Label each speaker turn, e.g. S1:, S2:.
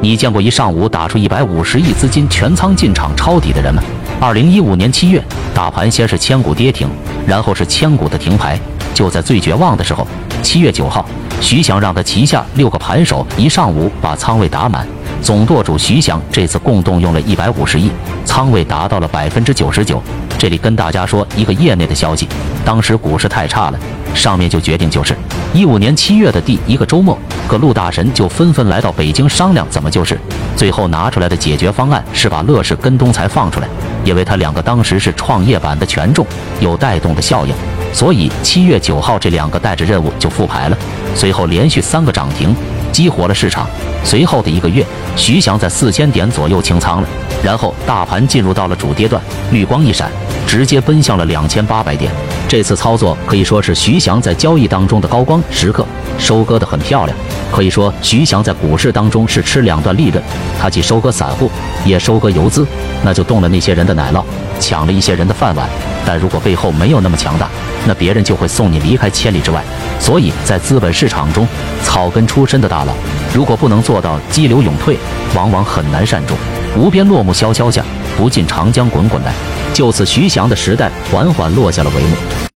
S1: 你见过一上午打出150亿资金全仓进场抄底的人吗？2015年7月，大盘先是千股跌停，然后是千股的停牌。就在最绝望的时候，7月9号，徐翔让他旗下6个盘手一上午把仓位打满。总舵主徐翔这次共动用了150亿，仓位达到了99%。这里跟大家说一个业内的消息，当时股市太差了，上面就决定就是15年7月的第一个周末，各路大神就纷纷来到北京商量怎么救市。最后拿出来的解决方案是把乐视跟东财放出来，因为他两个当时是创业板的权重，有带动的效应，所以7月9号这两个带着任务就复牌了。随后连续3个涨停，激活了市场。随后的1个月，徐翔在4000点左右清仓了，然后大盘进入到了主跌段，绿光一闪，直接奔向了2800点。这次操作可以说是徐翔在交易当中的高光时刻，收割得很漂亮。可以说徐翔在股市当中是吃2段利润，他既收割散户，也收割游资，那就动了那些人的奶酪，抢了一些人的饭碗。但如果背后没有那么强大，那别人就会送你离开千里之外。所以在资本市场中，草根出身的大佬如果不能做到激流勇退，往往很难善终。无边落木萧萧下，不尽长江滚滚来。就此，徐翔的时代缓缓落下了帷幕。